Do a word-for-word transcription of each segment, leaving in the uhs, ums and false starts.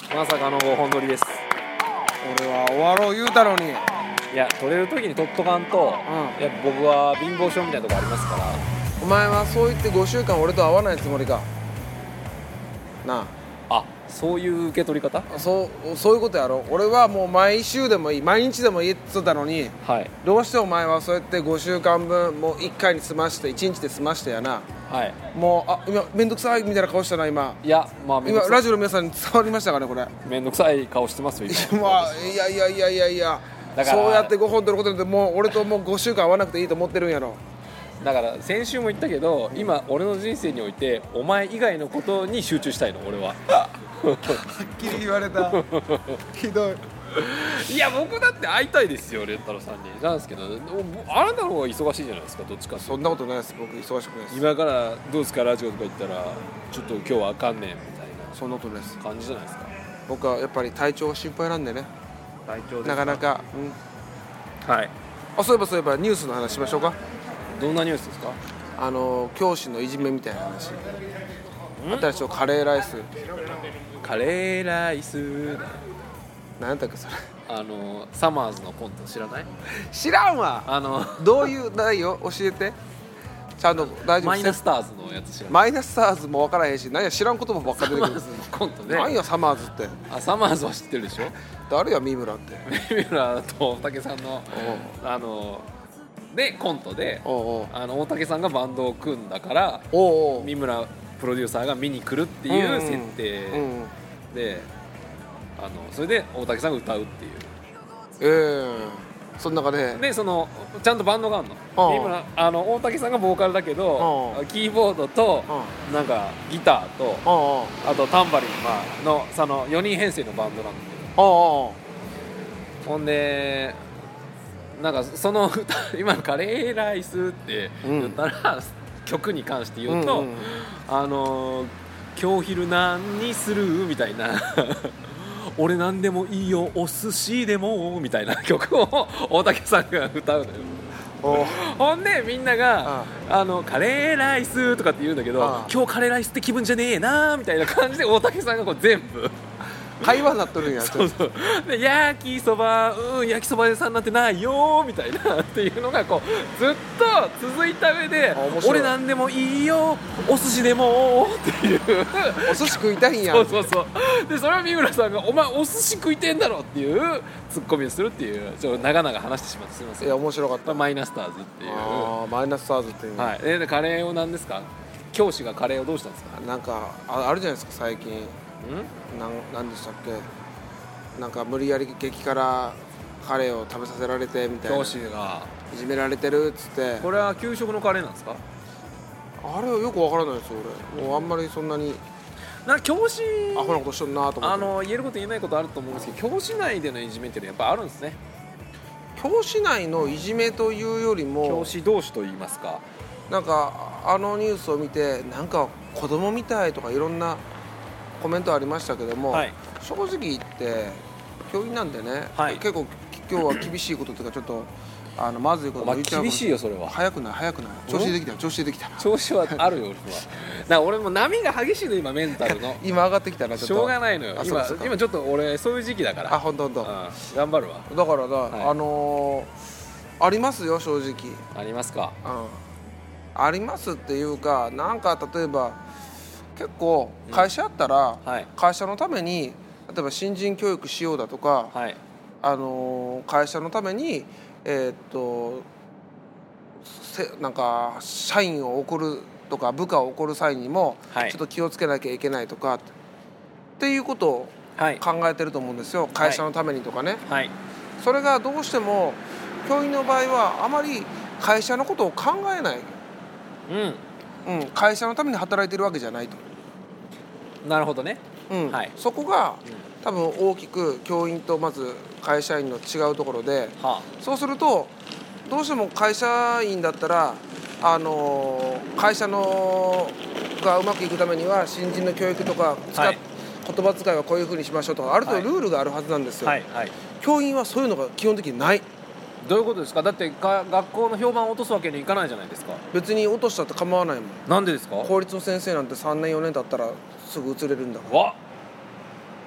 まさかのごほん撮りです。 俺は終わろう言うたのに。 いや、撮れる時に撮っとかんと、うん、やっぱ僕は貧乏症みたいなとこありますから。 お前はそう言ってごしゅうかん俺と会わないつもりかなあ。あ、そういう受け取り方？ そうそういうことやろ。俺はもう毎週でもいい、毎日でもいいって言ってたのに、 はい、 どうしてお前はそうやってごしゅうかんぶんもういっかいに済ましていちにちで済ましてやな。はい、もうあ今めんどくさいみたいな顔したな今。 いや、まあ、 今ラジオの皆さんに伝わりましたかねこれ。 めんどくさい顔してますよ今。 まあ、いやいやいやいやいや、だからそうやってごほん取ることでもう俺ともうごしゅうかん会わなくていいと思ってるんやろ。 だから先週も言ったけど、今俺の人生においてお前以外のことに集中したいの俺は。 はっきり言われた。ひどい。 いや僕だって会いたいですよ、レッタロさんに。なんですけど、あなたの方が忙しいじゃないですか、どっちかって。 そんなことないです、僕忙しくないです。 今からどうですかラジオとか言ったらちょっと今日はあかんねんみたいな、 そんなことないです感じじゃないですか。 僕はやっぱり体調が心配なんでね。 体調ですか。 なかなか、うん、はい。あ、そういえばそういえばニュースの話しましょうか。どんなニュースですか？あの教師のいじめみたいな話。新しいカレーライス。 カレーライス。 何だっけそれ。 あのサマーズのコント知らない？ 知らんわ。あのどういう内容教えて。ちゃんと大丈夫。 マイナスターズのやつ知らない？ マイナスターズも分からへんし、何や知らん言葉ばっかり出てくる。 サマーズのコントで。 何やサマーズって。 あ、サマーズは知ってるでしょ。 誰や三村って。 三村と大竹さんのあのでコントで、おうおう、あの大竹さんがバンドを組んだから、おうおう、三村プロデューサーが見に来るっていう設定で、うんうん、あのそれで大竹さんが歌うっていう。 えーその中ででそのちゃんとバンドがあるの。今あの大竹さんがボーカルだけど、キーボードとなんかギターとあとタンバリンのそのよにん編成のバンドなんだけど、ほんでなんかその歌今のカレーライスって言ったら、うん、曲に関して言うと、うんうん、あの今日昼何にするみたいな俺なんでもいいよお寿司でもみたいな曲を大竹さんが歌うのよ。ほんでみんながああのカレーライスとかって言うんだけど、ああ今日カレーライスって気分じゃねえなみたいな感じで大竹さんがこう全部会話になっとるんや。 そうそうで焼きそば、うん焼きそば屋さんなんてないよみたいなっていうのがこうずっと続いた上で、俺なんでもいいよお寿司でもっていうお寿司食いたいんや。 そうそうそうでそれは三村さんがお前お寿司食いてんだろっていうツッコミをするっていう、ちょっと長々話してしまってすみません。 いや面白かった。 マイナスターズっていう。 あマイナスターズっていう、 はい、でカレーを何ですか、教師がカレーをどうしたんですか。 なんか あ, あるじゃないですか最近。なんなんでしたっけ、なんか無理やり激辛カレーを食べさせられてみたいな、 教師がいじめられてるっつって。 これは給食のカレーなんですか。 あれはよくわからないですよ俺。もうあんまりそんなになんか教師アホなことしとんなと思って。 あの言えること言えないことあると思うんですけど、教師内でのいじめっていうのはやっぱあるんですね。 教師内のいじめというよりも教師同士といいますか、 なんかあのニュースを見てなんか子供みたいとかいろんなコメントありましたけども、はい、正直言って教員なんでね、はい、結構今日は厳しいことというかちょっとあのまずいこと言っちゃう。 厳しいよそれは。 早くない早くない調子出てきた調子出てきた調子はあるよ俺は。だから俺も波が激しいの今メンタルの今上がってきたなちょっとしょうがないのよ 今, 今ちょっと俺そういう時期だから。 あ本当本当、うん、 頑張るわ。 だからだ、はい、あのー、ありますよ正直。 ありますか。 うんありますっていうか、なんか例えば結構会社やったら、うんはい、会社のために例えば新人教育しようだとか、はい、あのー、会社のためにえー、っとせなんか社員を送るとか部下を送る際にも、はい、ちょっと気をつけなきゃいけないとかっていうことを考えてると思うんですよ、はい、会社のためにとかね、はい、それがどうしても教員の場合はあまり会社のことを考えない、うんうん、会社のために働いてるわけじゃないと。 なるほどね、 うんはい、そこが、うん、多分大きく教員とまず会社員の違うところで、はあ、そうするとどうしても会社員だったらあの会社のがうまくいくためには新人の教育とか使っ、はい、言葉遣いはこういうふうにしましょうとかある程度ルールがあるはずなんですよ、はいはいはい、教員はそういうのが基本的にない。 どういうことですか。だってが学校の評判を落とすわけにいかないじゃないですか。 別に落としたって構わないもん。 なんでですか。 公立の先生なんてさんねんよねん経ったらすぐ移れるんだから。 わ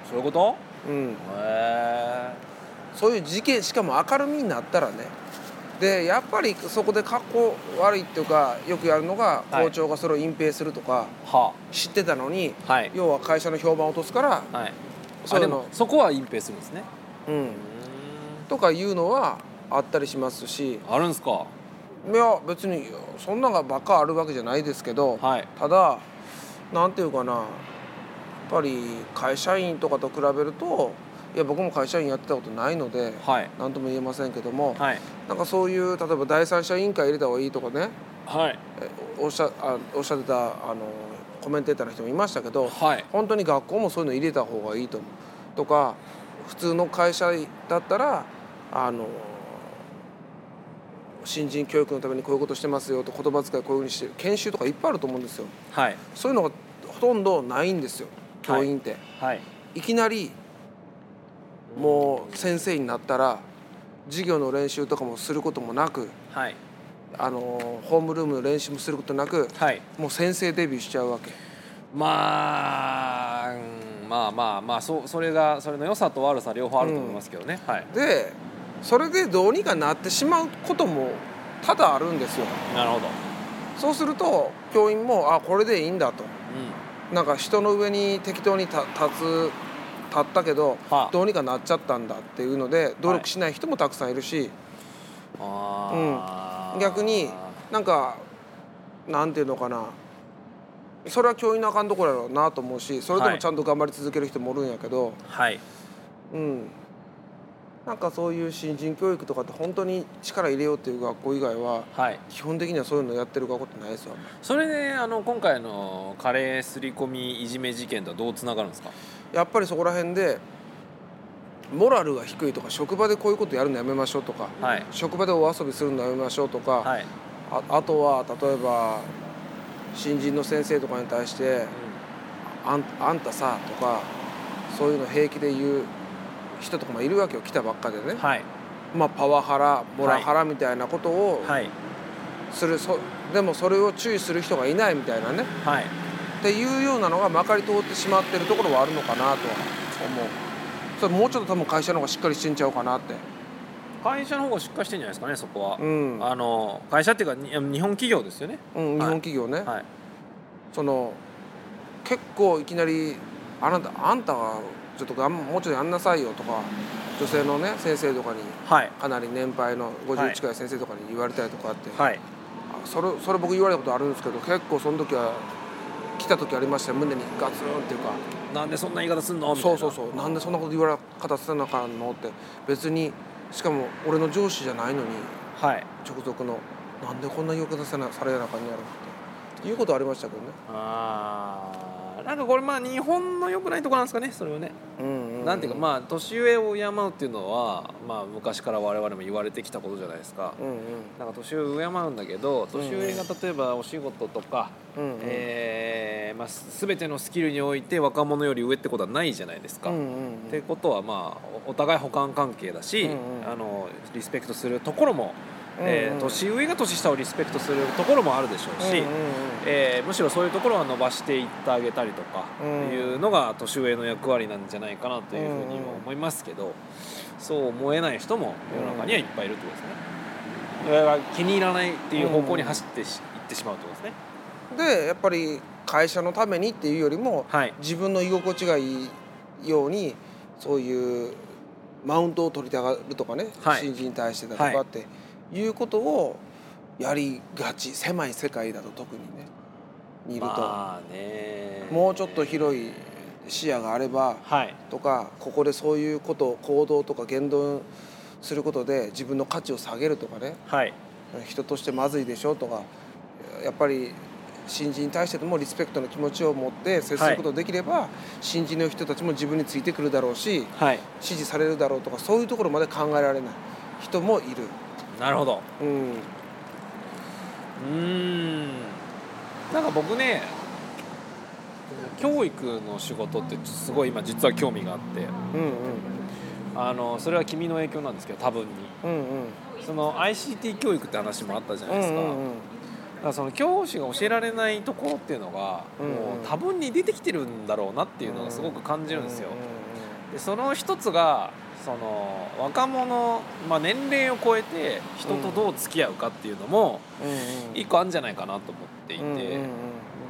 そういうこと？ うん、へえ。 そういう事件しかも明るみになったらね。でやっぱりそこで格好悪いっていうかよくやるのが校長がそれを隠蔽するとか、はい、知ってたのに、はい、要は会社の評判を落とすから、はい、 そういうのそこは隠蔽するんですね。 うん、とかいうのはあったりしますし。 あるんですか？ いや別にそんながばっかあるわけじゃないですけど、はい、ただなんていうかな、やっぱり会社員とかと比べると。いや僕も会社員やってたことないので、はい、何とも言えませんけども、はい、なんかそういう例えば第三者委員会入れた方がいいとかね、はい、おっしゃあおっしゃってたあのコメンテーターの人もいましたけど、はい、本当に学校もそういうの入れた方がいいと思うとか、普通の会社だったらあの新人教育のためにこういうことしてますよと言葉遣いこういうふうにしてる研修とかいっぱいあると思うんですよ、はい、そういうのがほとんどないんですよ教員って、はいはい、いきなりもう先生になったら授業の練習とかもすることもなく、はい、あのホームルームの練習もすることなく、はい、もう先生デビューしちゃうわけ。 まあ、まあまあまあ そ, それがそれの良さと悪さ両方あると思いますけどね、うんはい、 でそれでどうにかなってしまうことも多々あるんですよ。 なるほど。 そうすると教員もあこれでいいんだと、うん、なんか人の上に適当に立つ立ったけど、はあ、どうにかなっちゃったんだっていうので努力しない人もたくさんいるし、はいうん、逆になんかなんていうのかな、それは教員のあかんところやろうなと思うし、それでもちゃんと頑張り続ける人もおるんやけど、はいうん、なんかそういう新人教育とかって本当に力入れようっていう学校以外は、はい、基本的にはそういうのやってる学校ってないですよ。 それであの今回のカレーすり込みいじめ事件とはどうつながるんですか？ やっぱりそこら辺でモラルが低いとか職場でこういうことやるのやめましょうとか、はい、職場でお遊びするのやめましょうとか、はい、あ, あとは例えば新人の先生とかに対して、うん、あ, んあんたさとかそういうの平気で言う人とかもいるわけよ、来たばっかでね、はいまあ、パワハラモラハラみたいなことをする、はい、そでもそれを注意する人がいないみたいなね、はいっていうようなのがまかり通ってしまってるところはあるのかなとは思う。それもうちょっと多分会社の方がしっかりしてんちゃうかなって。 会社の方がしっかりしてんじゃないですかねそこは、うん、あの会社っていうか日本企業ですよね、 うん、日本企業ね、はい、その結構いきなりあなたあんたはちょっとがんもうちょっとやんなさいよとか女性のね先生とかに、はい、かなり年配のごじゅう近い先生とかに言われたりとかって、はい、それそれ僕言われたことあるんですけど結構その時は来た時ありましたよ、胸にガツンっていうか、 なんでそんな言い方すんのみたいな。 そうそうそう、なんでそんなこと言われ方せなあかんのって、別にしかも俺の上司じゃないのに、はい、直属のなんでこんな言い方されなあかんのやろっていうことありましたけどね。 ああ、なんかこれまあ日本の良くないところなんですかね、それはね。うんうんうん、なんていうかまあ年上を敬うっていうのはまあ昔から我々も言われてきたことじゃないですか。うんうん、なんか年上を敬うんだけど、年上が例えばお仕事とか、うんうんえーまあ、全てのスキルにおいて若者より上ってことはないじゃないですか。うんうんうん、ってことはまあお互い補完関係だし、うんうん、あのリスペクトするところも。えー、年上が年下をリスペクトするところもあるでしょうし、うんうんうんえー、むしろそういうところは伸ばしていってあげたりとかいうのが年上の役割なんじゃないかなというふうにも思いますけど、そう思えない人も世の中にはいっぱいいるってことですね。それが気に入らないっていう方向に走っていってしまうってことですね。でやっぱり会社のためにっていうよりも、はい、自分の居心地がいいようにそういうマウントを取りたがるとかね、はい、新人に対してだとかって、はいいうことをやりがち、狭い世界だと特にね見ると、まあね、もうちょっと広い視野があれば、はい、とかここでそういうこと行動とか言動することで自分の価値を下げるとかね、はい、人としてまずいでしょとか、やっぱり新人に対してもリスペクトの気持ちを持って接することができれば、はい、新人の人たちも自分についてくるだろうし、はい、支持されるだろうとか、そういうところまで考えられない人もいる。 なるほど。うん。うーん。なんか僕ね、教育の仕事ってすごい今実は興味があって、うんうん、あのそれは君の影響なんですけど多分に、うんうん、その アイシーティー 教育って話もあったじゃないですか。うんうんうん、だからその教師が教えられないところっていうのが、うんうん、もう多分に出てきてるんだろうなっていうのがすごく感じるんですよ。うんうんうんでその一つがその若者、まあ、年齢を超えて人とどう付き合うかっていうのも一個あるんじゃないかなと思っていて、うんうんうん、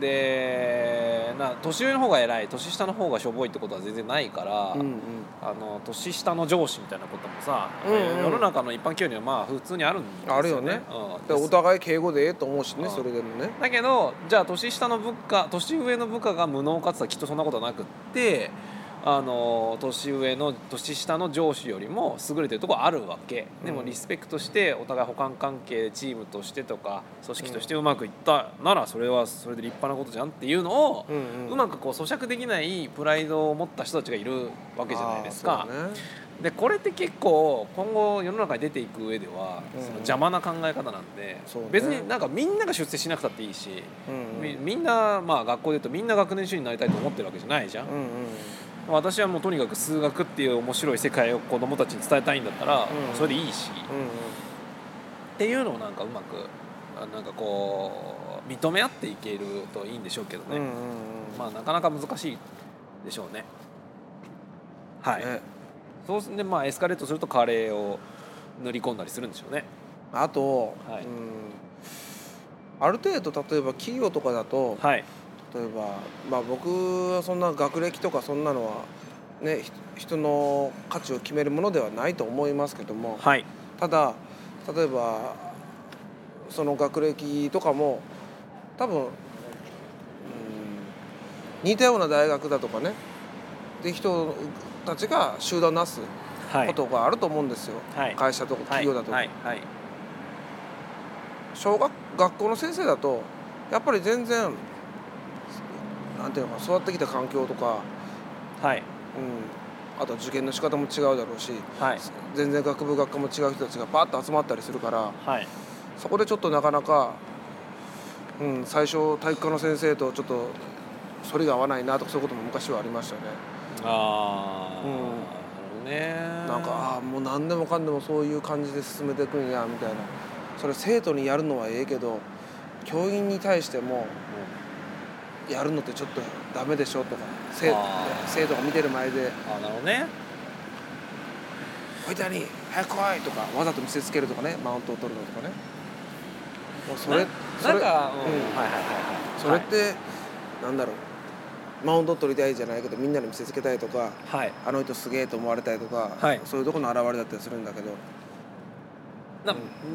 でな年上の方が偉い年下の方がしょぼいってことは全然ないから、うんうん、あの年下の上司みたいなこともさ、うんうん、世の中の一般教養にはまあ普通にあるんですよね。 あるよね、うん、お互い敬語でええと思うしね、うん、それでもね。 だけどじゃあ年下の部下年上の部下が無能かつはきっとそんなことはなくって、あの年上の年下の上司よりも優れてるところあるわけでもリスペクトしてお互い補完関係チームとしてとか組織としてうまくいったならそれはそれで立派なことじゃんっていうのを、うんうん、うまくこう咀嚼できないプライドを持った人たちがいるわけじゃないですか。でこれって結構今後世の中に出ていく上では、うん、その邪魔な考え方なんで、ね、別になんかみんなが出世しなくたっていいし、うんうん、み, みんなまあ学校でいうとみんな学年主任になりたいと思ってるわけじゃないじゃん、うんうん、私はもうとにかく数学っていう面白い世界を子どもたちに伝えたいんだったら、うん、それでいいし、うんうん、っていうのをなんかうまくなんかこう認め合っていけるといいんでしょうけどね、うんうんうん、まあなかなか難しいでしょうね。はい、ね、そうでまあエスカレートするとカレーを塗り込んだりするんでしょうね。 あと、はい、うんある程度例えば企業とかだと、はい、例えば、まあ、僕はそんな学歴とかそんなのは、ね、人の価値を決めるものではないと思いますけども、はい、ただ例えばその学歴とかも多分、うん、似たような大学だとかねで人たちが集団なすことがあると思うんですよ、はい、会社とか企業だとか、はいはいはい、小学学校の先生だとやっぱり全然なんていうのか育ってきた環境とか、はい、うん、あと受験の仕方も違うだろうし、はい、全然学部学科も違う人たちがバーッと集まったりするから、はい、そこでちょっとなかなか、うん、最初体育科の先生とちょっと反りが合わないなとかそういうことも昔はありましたね。ああ、うん、ね、なんかあもう何でもかんでもそういう感じで進めていくんやみたいな。それ生徒にやるのはええけど教員に対してもやるのってちょっとダメでしょとか 生, 生徒が見てる前であなるほどねおいたに早く来いとかわざと見せつけるとかねマウントを取るのとかねもうそれそれなんか、うんうん、はいはいはいはいそれって、はい、なんだろうマウント取りたいじゃないけどみんなに見せつけたいとか、はい、あの人すげえと思われたいとか、はい、そういうところの表れだったりするんだけどな、うん、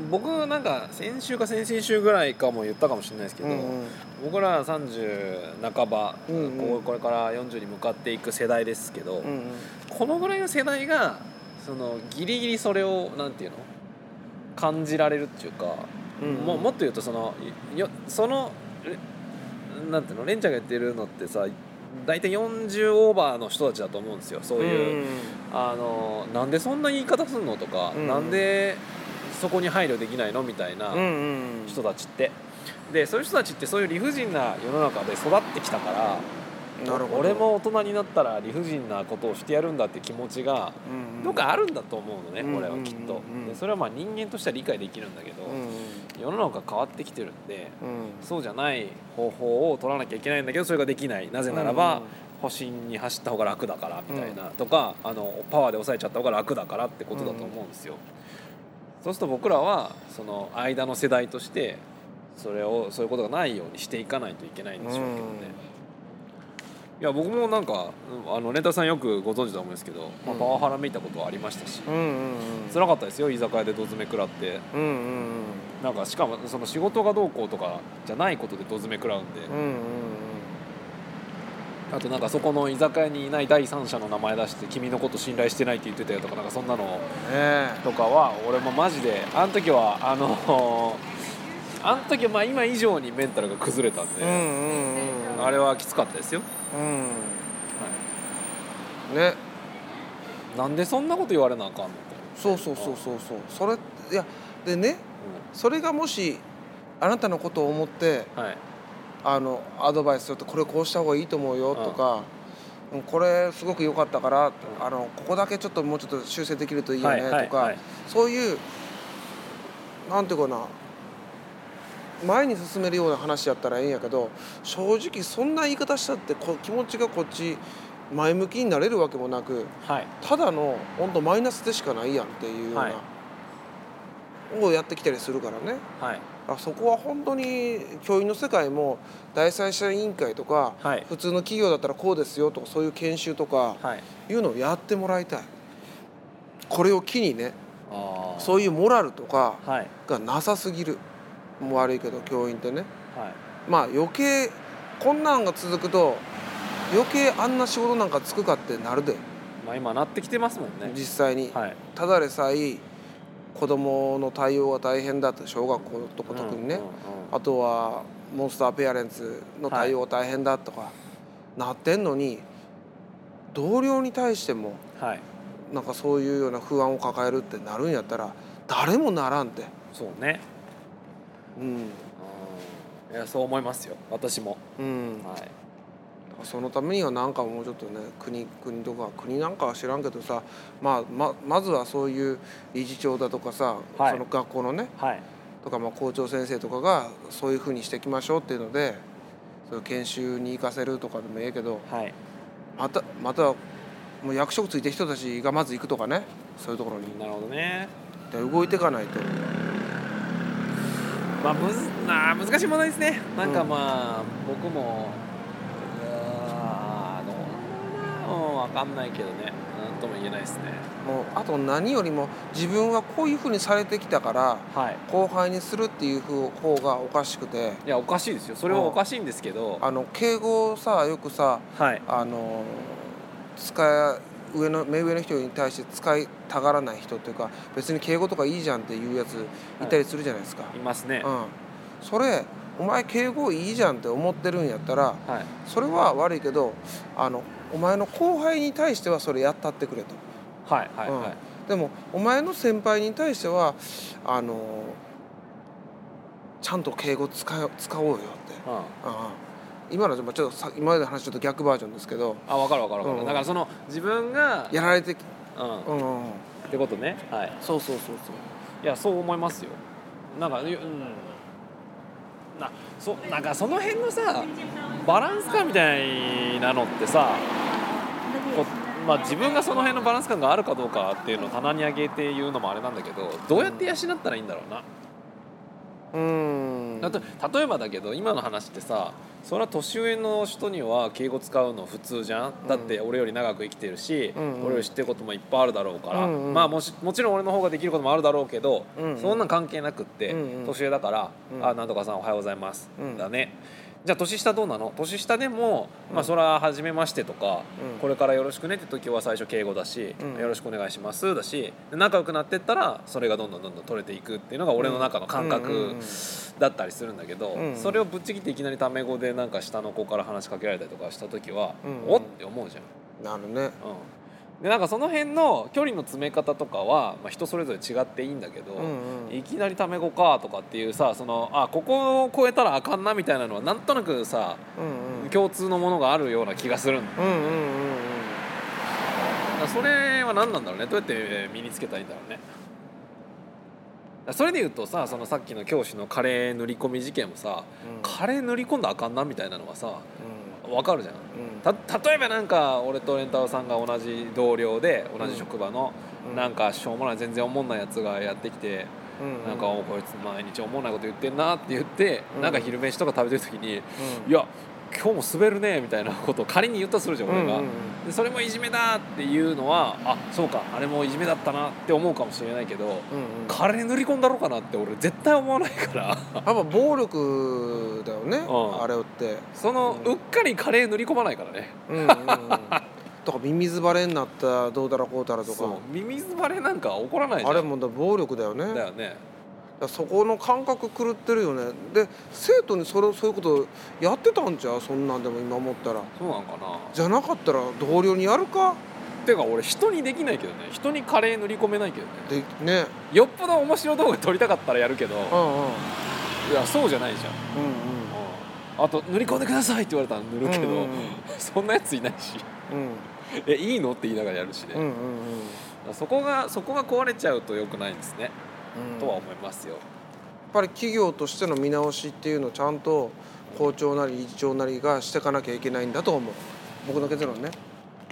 僕なんか先週か先々週ぐらいかも言ったかもしれないですけど、うんうん、僕らさんじゅう半ば、うんうん、これからよんじゅうに向かっていく世代ですけど、うんうん、このぐらいの世代がそのギリギリそれをなんていうの感じられるっていうか、うんうん、も, もっと言うとそのよそのなんていうのレンちゃんが言ってるのってさ大体よんじゅうオーバーの人たちだと思うんですよ。そういう、うんうん、あのなんでそんな言い方すんのとか、うんうん、なんでそこに配慮できないのみたいな人たちって、でそういう人たちってそういう理不尽な世の中で育ってきたからなるほど俺も大人になったら理不尽なことをしてやるんだって気持ちがどっかあるんだと思うのね、うんうん、これはきっとでそれはまあ人間としては理解できるんだけど、うんうん、世の中変わってきてるんで、うん、そうじゃない方法を取らなきゃいけないんだけどそれができないなぜならば、うんうん保身に走った方が楽だからみたいな、うん、とかあのパワーで抑えちゃった方が楽だからってことだと思うんですよ、うんそうすると僕らはその間の世代としてそれをそういうことがないようにしていかないといけないんでしょうけどね。いや僕もなんかあのレンタルさんよくご存知だと思うんですけど、まあ、パワハラ見たことはありましたし、うんうんうん、辛かったですよ居酒屋でど詰め食らって、うんうんうん、なんかしかもその仕事がどうこうとかじゃないことでど詰め食らうんで、うんうんうん、あとなんかそこの居酒屋にいない第三者の名前出して君のこと信頼してないって言ってたよとかなんかそんなのとかは俺もマジであの時はあのあの時はまあ今以上にメンタルが崩れたんで、うんうんうん、あれはきつかったですよ、うんはい、ねなんでそんなこと言われなあかんのそうそうそうそうそうそれいやでね、うん、それがもしあなたのことを思って、はいあのアドバイスするとこれこうした方がいいと思うよとか、うん、これすごく良かったから、うん、あのここだけちょっともうちょっと修正できるといいよねとか、はいはいはい、そういうなんていうかな前に進めるような話やったらええんやけど正直そんな言い方したってこ気持ちがこっち前向きになれるわけもなく、 はい、 ただの本当マイナスでしかないやんっていうような、はい、をやってきたりするからね、はい、あそこは本当に教員の世界も第三者委員会とか、はい、普通の企業だったらこうですよとかそういう研修とか、はい、いうのをやってもらいたい。これを機にね、あそういうモラルとかがなさすぎる、はい、もう悪いけど教員ってね、はい、まあ余計こんなんが続くと余計あんな仕事なんかつくかってなるで、 まあ、今なってきてますもんね実際に、はい、ただでさえ子供の対応が大変だって小学校とか特にね、うんうんうん、あとはモンスターペアレンツの対応が大変だとか、はい、なってんのに同僚に対しても、はい、なんかそういうような不安を抱えるってなるんやったら誰もならんって。 そうね、うん、いやそう思いますよ私も、うんはい、 そのためにはなんかもうちょっとね 国, 国とか国なんかは知らんけどさ、まあ、ま, まずはそういう理事長だとかさ、はい、その学校のね、はい、とかまあ校長先生とかがそういうふうにしていきましょうっていうのでそういう研修に行かせるとかでもいいけど、はい、またまたもう役職ついてる人たちがまず行くとかね、そういうところになるほどね動いていかないと。 まあむずな難しい問題ですね。なんかまあ、うん、僕も分かんないけどね、なんとも言えないですね。 もうあと何よりも自分はこういうふうにされてきたから、はい、後輩にするっていう方がおかしくて。 いやおかしいですよ、それはおかしいんですけど、 あの敬語をさよくさ、はい、あの使い上の目上の人に対して使いたがらない人っていうか別に敬語とかいいじゃんっていうやついたりするじゃないですか、はい、 いますね、 うん、それお前敬語いいじゃんって思ってるんやったら、はい、それは悪いけどあのお前の後輩に対してはそれやったってくれと。 はいはいはい、うん、 でもお前の先輩に対してはあのちゃんと敬語使おう使おうよって、うんうん、今のちょっと今までの話ちょっと逆バージョンですけど、 あ分かる分かる分かる、うん、だからその自分がやられて、 うんうん、ってことね、はい、 そうそうそうそう、 いやそう思いますよ。なんか、うん、な, そなんかその辺のさバランス感みたいなのってさこまあ、自分がその辺のバランス感があるかどうかっていうのを棚に上げて言うのもあれなんだけど、どうやって養ったらいいんだろうな。うーんだと例えばだけど今の話ってさ、それは年上の人には敬語使うの普通じゃん、うん、だって俺より長く生きてるし、うんうん、俺より知ってることもいっぱいあるだろうから、うんうん、まあもしもちろん俺の方ができることもあるだろうけど、うんうん、そんなん関係なくって、うんうん、年上だから、うん、あなんとかさんおはようございます、うん、だね。じゃあ年下どうなの？年下でも、まあそれは初めましてとか、うん、これからよろしくねって時は最初敬語だし、うん、よろしくお願いしますだし、仲良くなってったらそれがどんどんどんどん取れていくっていうのが俺の中の感覚だったりするんだけど、うん、それをぶっちぎっていきなりタメ語でなんか下の子から話しかけられたりとかした時は、うん、おって思うじゃん。 なるね。うんでなんかその辺の距離の詰め方とかは、まあ、人それぞれ違っていいんだけど、うんうん、いきなりタメ語かとかっていうさ、そのあここを超えたらあかんなみたいなのはなんとなくさ、うんうん、共通のものがあるような気がするんだ、うんうんうんうん、それは何なんだろうね。どうやって身につけたらいいんだろうね。それでいうとさ、そのさっきの教師のカレー塗り込み事件もさ、うん、カレー塗り込んだらあかんなみたいなのはさ、うん、分かるじゃん、うん、た例えばなんか俺とレンタロウさんが同じ同僚で同じ職場の、うん、なんかしょうもない全然おもんないやつがやってきて、うん、なんかこいつ毎日おもんないこと言ってんなって言って、うん、なんか昼飯とか食べてる時に、うん、いや今日も滑るねみたいなことを仮に言ったとするじゃん俺が、うんうんうん、でそれもいじめだっていうのはあそうかあれもいじめだったなって思うかもしれないけど、うんうん、カレー塗り込んだろうかなって俺絶対思わないからやっぱ暴力だよね、うん、あれってその、うん、うっかりカレー塗り込まないからね、うんうんうんとかミミズバレになったどうだらこうだらとか、そうミミズバレなんか起こらないじゃん。 あれもだ暴力だよね。 だよね。 そこの感覚狂ってるよね。で生徒にそれそういうことやってたんちゃう、そんなんでも今思ったら。 そうなんかな。 じゃなかったら同僚にやるか。 てか俺人にできないけどね、人にカレー塗り込めないけどね。 でね。 よっぽど面白い動画撮りたかったらやるけど、うんうん、いやそうじゃないじゃん。うんうん、あと塗り込んでくださいって言われたら塗るけど、うんうんうん、そんなやついないし、うん、えいいのって言いながらやるしね、うんうんうん、そこがそこが壊れちゃうと良くないんですね、うん、とは思いますよ。 やっぱり企業としての見直しっていうのをちゃんと校長なり理事長なりがしていかなきゃいけないんだと思う。僕の結論ね。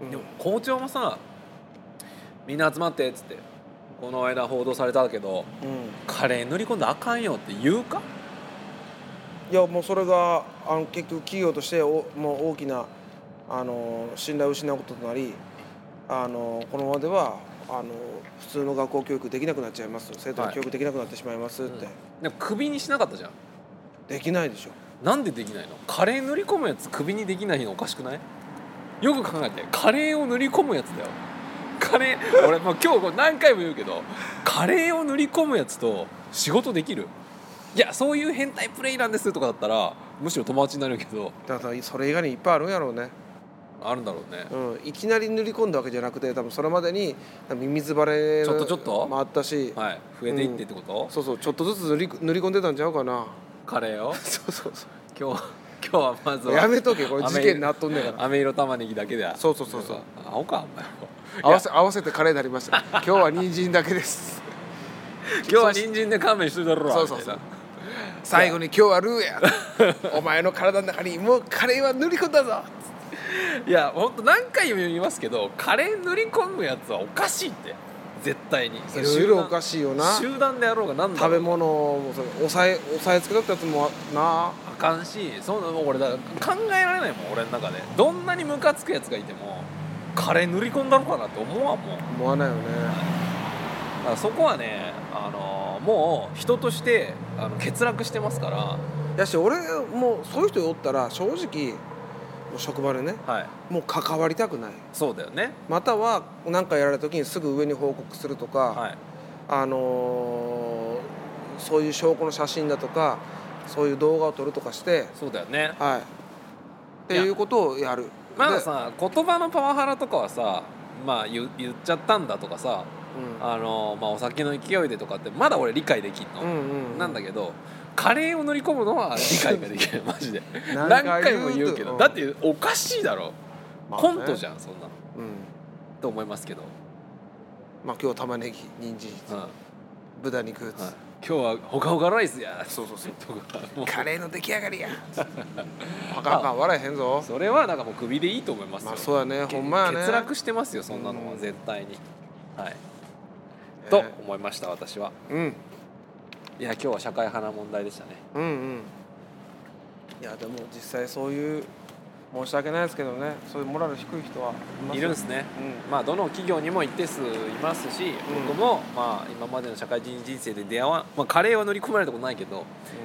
うん、でも校長もさみんな集まってっつってこの間報道されたけど、うん、カレー塗り込んだらあかんよって言うか。 いやもうそれがあの結局企業としておもう大きなあの信頼を失うこととなり、あのこのままではあの普通の学校教育できなくなっちゃいます、生徒の教育できなくなってしまいますって、はいうん、でもクビにしなかったじゃん。 できないでしょ。 なんでできないの。カレー塗り込むやつクビにできないのおかしくない。よく考えてカレーを塗り込むやつだよ。カレー俺もう今日何回も言うけどカレーを塗り込むやつと仕事できる。いやそういう変態プレイなんですとかだったらむしろ友達になるけど、 だからそれ以外にいっぱいあるんやろうね。 あるんだろうね、 うん、いきなり塗り込んだわけじゃなくて多分それまでに水バレちょっとちょっともあったし、 はい、増えていってってこと、 うん、そうそうちょっとずつ塗り、塗り込んでたんちゃうかなカレーをそうそうそう今日今日はまずはやめとけこれ事件になっとんねんから飴色玉ねぎだけでそうそうそうそう青かお前合わせ合わせてカレーになりました今日は人参だけです今日は人参で勘弁しといたろそうそうそう最後に今日はルーやお前の体の中にもうカレーは塗り込んだぞいやほんと何回も言いますけどカレー塗り込むやつはおかしいって絶対に。 いろいろおかしいよな。 集団でやろうが何だろう食べ物も抑え抑えつけとったやつもなあかんし、そうなの俺だ考えられないもん俺の中で。どんなにムカつくやつがいてもカレー塗り込んだのかなって思わんもん。 思わないよね。 だからそこはね、あのー、もう人としてあの欠落してますから。 やし俺もうそういう人おったら正直職場でね、はい、もう関わりたくない。 そうだよね。 または何かやられた時にすぐ上に報告するとか、はい、あのー、そういう証拠の写真だとかそういう動画を撮るとかして、 そうだよね、 はい、っていうことをやる。 まださ言葉のパワハラとかはさ、まあ、言, 言っちゃったんだとかさ、うんあのーまあ、お酒の勢いでとかってまだ俺理解できんの、うんうんうん、なんだけどカレーを塗り込むのは理解ができないマジで何回も言うけど、うん、だっておかしいだろ、まあね、コントじゃんそんなの、うん、と思いますけど、 まあ今日玉ねぎ人参、うん、豚肉、はい、 今日はほかほかライスやそうそうそうカレーの出来上がりやあかんあかん笑えへんぞ。 それはなんかもう首でいいと思いますよ。 まあそうやねほんまやね。 欠落してますよそんなのは絶対に、はい、えー、と思いました私は。うんいや今日は社会派な問題でしたね。うんうんいやでも実際そういう申し訳ないですけどねそういうモラル低い人はいますいるんですね、うん、まあどの企業にも一定数いますし、うん、僕もまあ今までの社会人人生で出会わ、まあ、カレーは乗り込まれたことないけど、うん、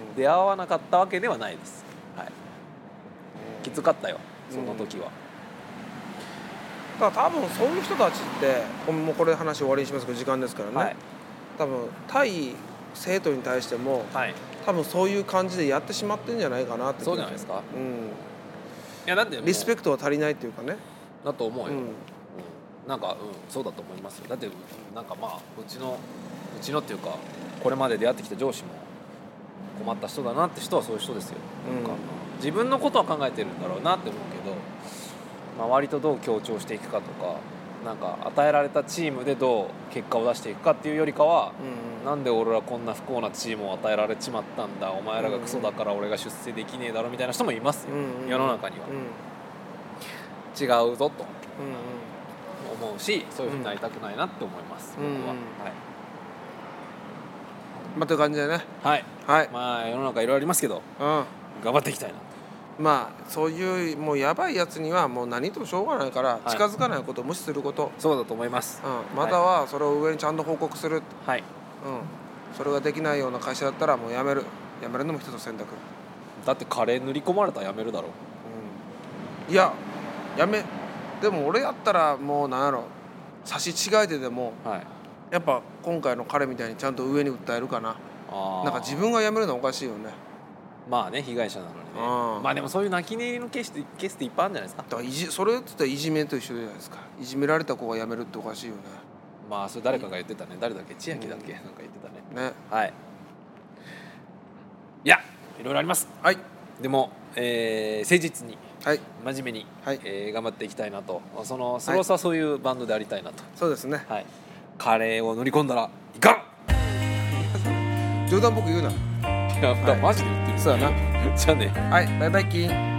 出会わなかったわけではないです、はい、きつかったよその時は、 うん、だから多分そういう人たちってもうこれ話終わりにしますけど時間ですからね、はい、多分対生徒に対しても、はい、多分そういう感じでやってしまってんじゃないかなってそうじゃないですか、うん、いやだってリスペクトは足りないっていうかねだと思うよ、うんうん、なんか、うん、そうだと思いますよ。だってなんかまあうちのうちのっていうかこれまで出会ってきた上司も困った人だなって人はそういう人ですよ、うん、なんか自分のことは考えてるんだろうなって思うけど周りとどう協調していくかとかなんか与えられたチームでどう結果を出していくかっていうよりかは、うん、なんで俺らこんな不幸なチームを与えられちまったんだお前らがクソだから俺が出世できねえだろみたいな人もいますよ、うん、世の中には、うん、違うぞと、うん、思うしそういうふうになりたくないなって思います、うん、僕は、はいまあという感じでねはい、はい、まあ世の中いろいろありますけど、うん、頑張っていきたいなと。 まあそういうもうやばいやつにはもう何ともしょうがないから近づかないことを無視すること、はい、 そうだと思います、 うん、またはそれを上にちゃんと報告する、はいうん、それができないような会社だったらもう辞める辞めるのも一つの選択だってカレー塗り込まれたら辞めるだろう、 うん、いや辞めでも俺やったらもうなんやろ差し違えてでも、はい、やっぱ今回の彼みたいにちゃんと上に訴えるかな。あなんか自分が辞めるのはおかしいよね。まあね被害者なのにねあまあでもそういう泣き寝入りのケースってケースっていっぱいあるんじゃないですか。 だからいじそれって言ったらいじめと一緒じゃないですか。いじめられた子が辞めるっておかしいよね。 まあそれ誰かが言ってたね。誰だっけ千秋だっけ、うん、なんか言ってたね。ねはいいやいろいろあります。はいでも、えー、誠実に、はい、真面目に、はいえー、頑張っていきたいなと。そのスロースはそういうバンドでありたいなと、はい、 そうですね、はい、 カレーを乗り込んだらいかん冗談僕言うな。 いや、はい、マジで言ってる。 そうやな。 じゃあね。 はい、バイバイキーン。